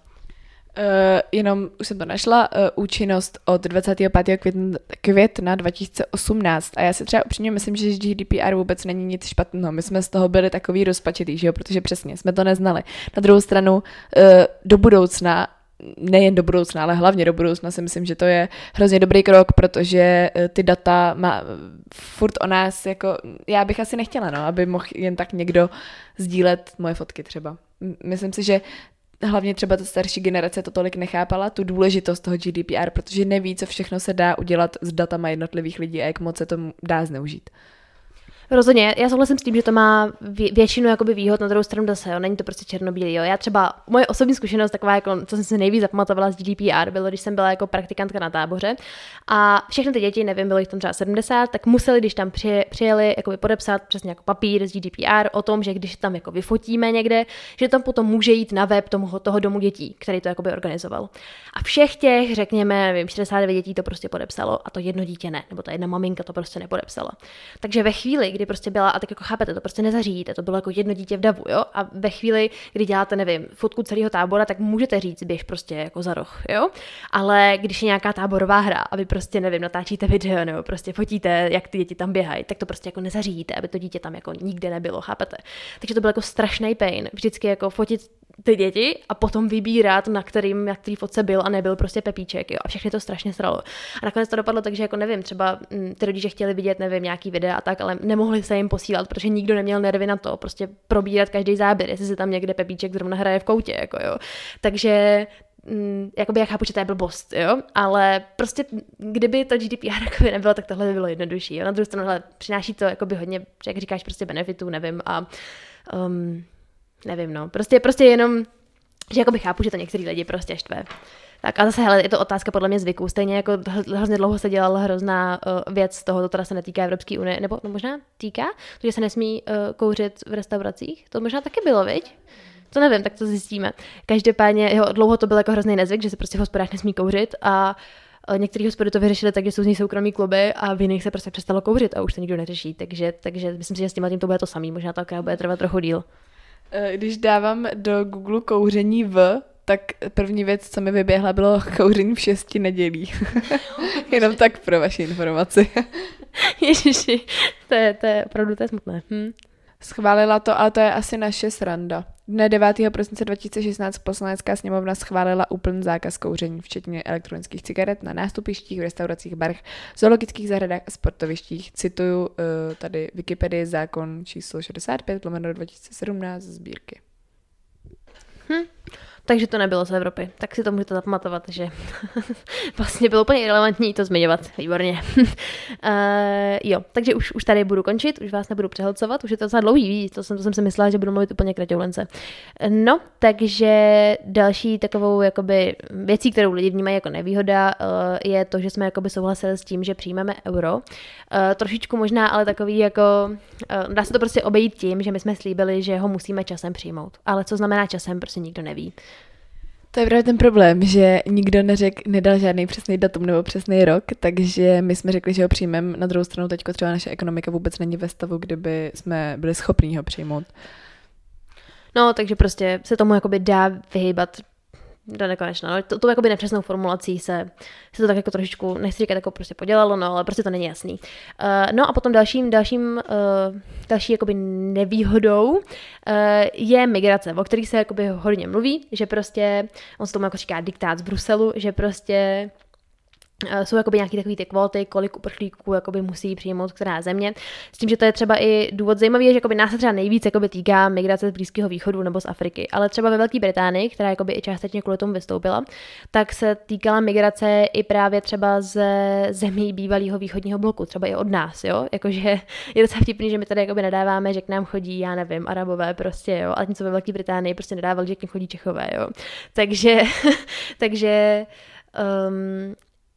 Jenom už jsem to našla, účinnost od 25. května 2018 a já si třeba upřímně myslím, že GDPR vůbec není nic špatného. My jsme z toho byli takový rozpačitý, že jo, protože přesně jsme to neznali. Na druhou stranu do budoucna, nejen do budoucna, ale hlavně do budoucna si myslím, že to je hrozně dobrý krok, protože ty data má furt o nás, jako já bych asi nechtěla, no, aby mohl jen tak někdo sdílet moje fotky třeba. Myslím si, že hlavně třeba ta starší generace to tolik nechápala, tu důležitost toho GDPR, protože neví, co všechno se dá udělat s datama jednotlivých lidí a jak moc se to dá zneužít. Rozhodně, já souhlasím s tím, že to má většinu jakoby výhod, na druhou stranu zase, jo, není to prostě černobílý, jo. Já třeba, moje osobní zkušenost taková, jako, co jsem si nejvíc zapamatovala z GDPR, bylo, když jsem byla jako praktikantka na táboře a všechny ty děti, nevím, bylo jich tam třeba 70, tak museli, když tam přijeli, jakoby podepsat přesně jako papír z GDPR o tom, že když tam jako vyfotíme někde, že tam potom může jít na web toho domu dětí, který to jakoby organizoval. A všech těch, řekněme, nevím, 69 dětí to prostě podepsalo a to jedno dítě ne, nebo ta jedna maminka to prostě nepodepsala. Takže ve chvíli, kdy prostě byla, a tak jako chápete, to prostě nezařídíte, to bylo jako jedno dítě v davu, jo? A ve chvíli, kdy děláte, nevím, fotku celého tábora, tak můžete říct, běž prostě jako za roh, jo? Ale když je nějaká táborová hra a vy prostě, nevím, natáčíte video nebo prostě fotíte, jak ty děti tam běhají, tak to prostě jako nezařídíte, aby to dítě tam jako nikde nebylo, chápete? Takže to byl jako strašný pain, vždycky jako fotit ty děti a potom vybírat, na který fotce byl a nebyl prostě Pepíček, jo, a všechny to strašně sralo. A nakonec to dopadlo tak, že jako nevím, třeba ty rodiče chtěli vidět, nevím, nějaký videa a tak, ale nemohli se jim posílat, protože nikdo neměl nervy na to, prostě probírat každý záběr, jestli se tam někde Pepíček zrovna hraje v koutě, jako jo. Takže jakoby já chápu, že to je blbost, jo, ale prostě kdyby to GDPR jakoby nebylo, tak tohle by bylo jednodušší, jo. Na druhou stranu, přináší to jakoby hodně, jak říkáš, prostě benefitů, nevím, a nevím, no, prostě jenom, že jakoby chápu, že to některý lidi prostě štve. Tak a zase, hele, je to otázka podle mě zvyků. Stejně jako hrozně dlouho se dělala hrozná věc z toho, to teda se netýká Evropské unie, nebo no, možná týká, že se nesmí kouřit v restauracích. To možná taky bylo, viď? To nevím, tak to zjistíme. Každopádně, jo, dlouho to byl jako hrozný nezvyk, že se prostě v hospodách nesmí kouřit a některé hospody to vyřešily tak, že jsou z ní soukromí kluby a v jiných se prostě přestalo kouřit a už to nikdo neřeší. Takže myslím si, že s tím to bude to samý. Možná to bude trvat trochu díl. Když dávám do Google kouření tak první věc, co mi vyběhla, bylo kouření v 6 nedělí. Jenom tak pro vaši informaci. Ježiši, to je opravdu smutné. Schválila to, ale to je asi naše sranda. Dne 9. prosince 2016 Poslanecká sněmovna schválila úplný zákaz kouření, včetně elektronických cigaret na nástupištích, v restauracích, barech, zoologických zahradách a sportovištích. Cituju tady Wikipedii zákon číslo 65/2017 sbírky. Takže to nebylo z Evropy. Tak si to můžete zapamatovat, že vlastně bylo úplně irelevantní to zmiňovat. Výborně. Jo, takže už tady budu končit, už vás nebudu přehlcovat, už je to docela dlouhý, víc, to jsem si myslela, že budu mluvit úplně kratoulence. No, takže další takovou jakoby věcí, kterou lidi vnímají jako nevýhoda, je to, že jsme jakoby souhlasili s tím, že přijmeme euro. Trošičku možná, ale takový jako, dá se to prostě obejít tím, že my jsme slíbili, že ho musíme časem přijmout. Ale co znamená časem, prostě nikdo neví. To je právě ten problém, že nikdo nedal žádný přesný datum nebo přesný rok, takže my jsme řekli, že ho přijmeme. Na druhou stranu teďko třeba naše ekonomika vůbec není ve stavu, kdyby jsme byli schopní ho přijmout. No, takže prostě se tomu jakoby dá vyhýbat do nekonečna. No, to jakoby nepřesnou formulací se to tak jako trošičku, nechci říkat, jako prostě podělalo, no, ale prostě to není jasný. No a potom další jakoby nevýhodou je migrace, o který se jakoby hodně mluví, že prostě, on se tomu jako říká diktát z Bruselu, že prostě jsou jakoby nějaký takový ty kvóty, kolik uprchlíků jakoby musí přijmout která země. S tím, že to je třeba i důvod zajímavý, že jakoby nás se třeba nejvíc jakoby týká migrace z Blízkého východu nebo z Afriky, ale třeba ve Velké Británii, která jakoby i částečně kvůli tomu vystoupila, tak se týkala migrace i právě třeba ze zemí bývalého východního bloku, třeba i od nás, jo? Jakože je docela vtipný, že my tady jakoby nadáváme, že k nám chodí, já nevím, Arabové prostě, jo, ale něco ve Velké Británii prostě nedávali, že k nám chodí Čechové, jo. Takže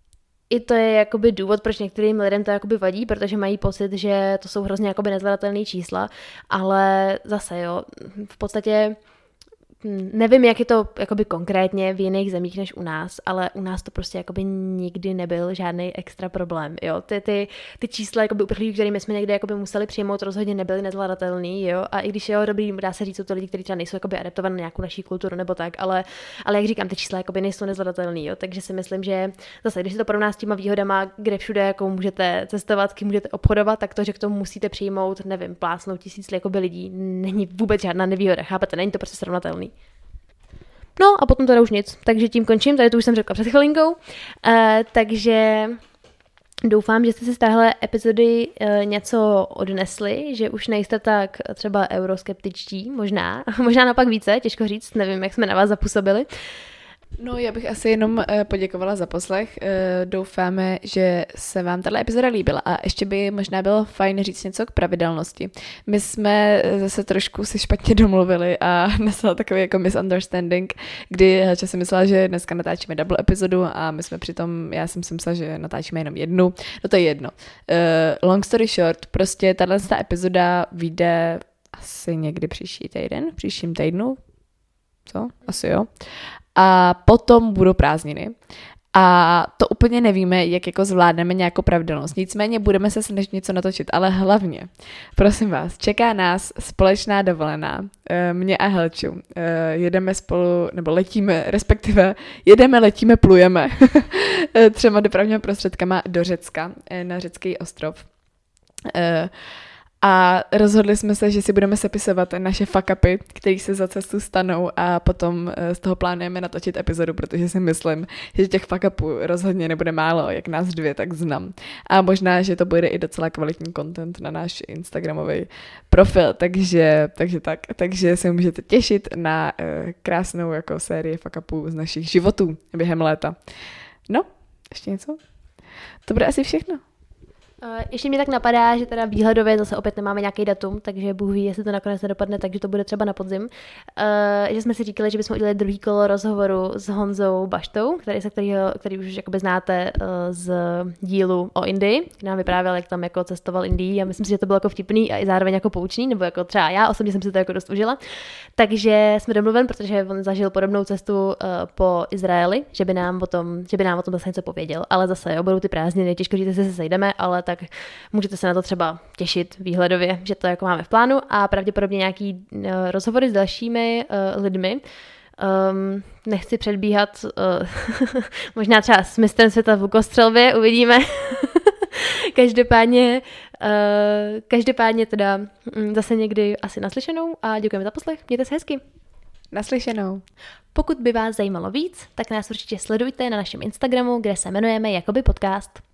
i to je jakoby důvod, proč některým lidem to jakoby vadí, protože mají pocit, že to jsou hrozně jakoby nezvladatelné čísla, ale zase jo, v podstatě nevím, jak je to jakoby konkrétně v jiných zemích než u nás, ale u nás to prostě jakoby nikdy nebyl žádný extra problém, jo. Ty čísla jakoby uprchlíků, kterými jsme někde jakoby museli přijmout, rozhodně nebyly nezvladatelný, jo. A i když je dobrý, dá se říct, jsou to lidi, kteří třeba nejsou jakoby adaptovaní na nějakou naší kulturu nebo tak, ale jak říkám, ty čísla jakoby nejsou nezvladatelný, jo. Takže si myslím, že zase, když se to porovná s těma výhodama, kde všude jako můžete cestovat, kým můžete obchodovat, tak to, že k tomu musíte přijmout, nevím, plásnout 1000 jakoby lidí, není vůbec žádná nevýhoda, chápete? Není to prostě srovnatelný. No a potom teda už nic, takže tím končím, tady to už jsem řekla před chvilinkou, takže doufám, že jste si z téhle epizody něco odnesli, že už nejste tak třeba euroskeptičtí, možná naopak více, těžko říct, nevím, jak jsme na vás zapůsobili. No, já bych asi jenom poděkovala za poslech. Doufáme, že se vám tato epizoda líbila a ještě by možná bylo fajn říct něco k pravidelnosti. My jsme zase trošku si špatně domluvili a nastal takový jako misunderstanding, kdy Helča si myslela, že dneska natáčíme double epizodu a my jsme přitom, já jsem si myslela, že natáčíme jenom jednu. No to je jedno. Long story short, prostě tato epizoda vyjde asi někdy příštím týdnu. Co? Asi jo. A potom budou prázdniny. A to úplně nevíme, jak jako zvládneme nějakou pravidelnost. Nicméně budeme se snažit něco natočit, ale hlavně, prosím vás, čeká nás společná dovolená, mě a Helču. Jedeme spolu, nebo letíme, respektive letíme, plujeme 3 dopravními prostředkama do Řecka, na řecký ostrov. A rozhodli jsme se, že si budeme sepisovat naše fuck-upy, které se za cestu stanou a potom z toho plánujeme natočit epizodu, protože si myslím, že těch fuck-upů rozhodně nebude málo, jak nás 2 tak znám. A možná, že to bude i docela kvalitní content na náš Instagramový profil, takže se můžete těšit na krásnou jako sérii fuck-upů z našich životů během léta. No, ještě něco? To bude asi všechno. Ještě mi tak napadá, že teda výhledově zase opět nemáme nějaký datum, takže Bůh ví, jestli to nakonec nedopadne, takže to bude třeba na podzim. Že jsme si říkali, že bychom udělali druhý kolo rozhovoru s Honzou Baštou, který už jakoby znáte z dílu o Indii, který nám vyprávěl, jak tam jako cestoval Indii a myslím si, že to bylo jako vtipný a i zároveň jako poučný, nebo jako třeba já osobně jsem si to jako dost užila. Takže jsme domluven, protože on zažil podobnou cestu po Izraeli, že by nám o tom zase něco pověděl, ale zase jo, budou ty prázdniny, těžko říct, jestli se sejdeme, ale tak můžete se na to třeba těšit výhledově, že to jako máme v plánu a pravděpodobně nějaký rozhovory s dalšími lidmi. Nechci předbíhat, možná třeba s mistrem světa v lukostřelbě, uvidíme. Každopádně teda zase někdy asi naslyšenou a děkujeme za poslech. Mějte se hezky. Naslyšenou. Pokud by vás zajímalo víc, tak nás určitě sledujte na našem Instagramu, kde se jmenujeme Jakoby podcast.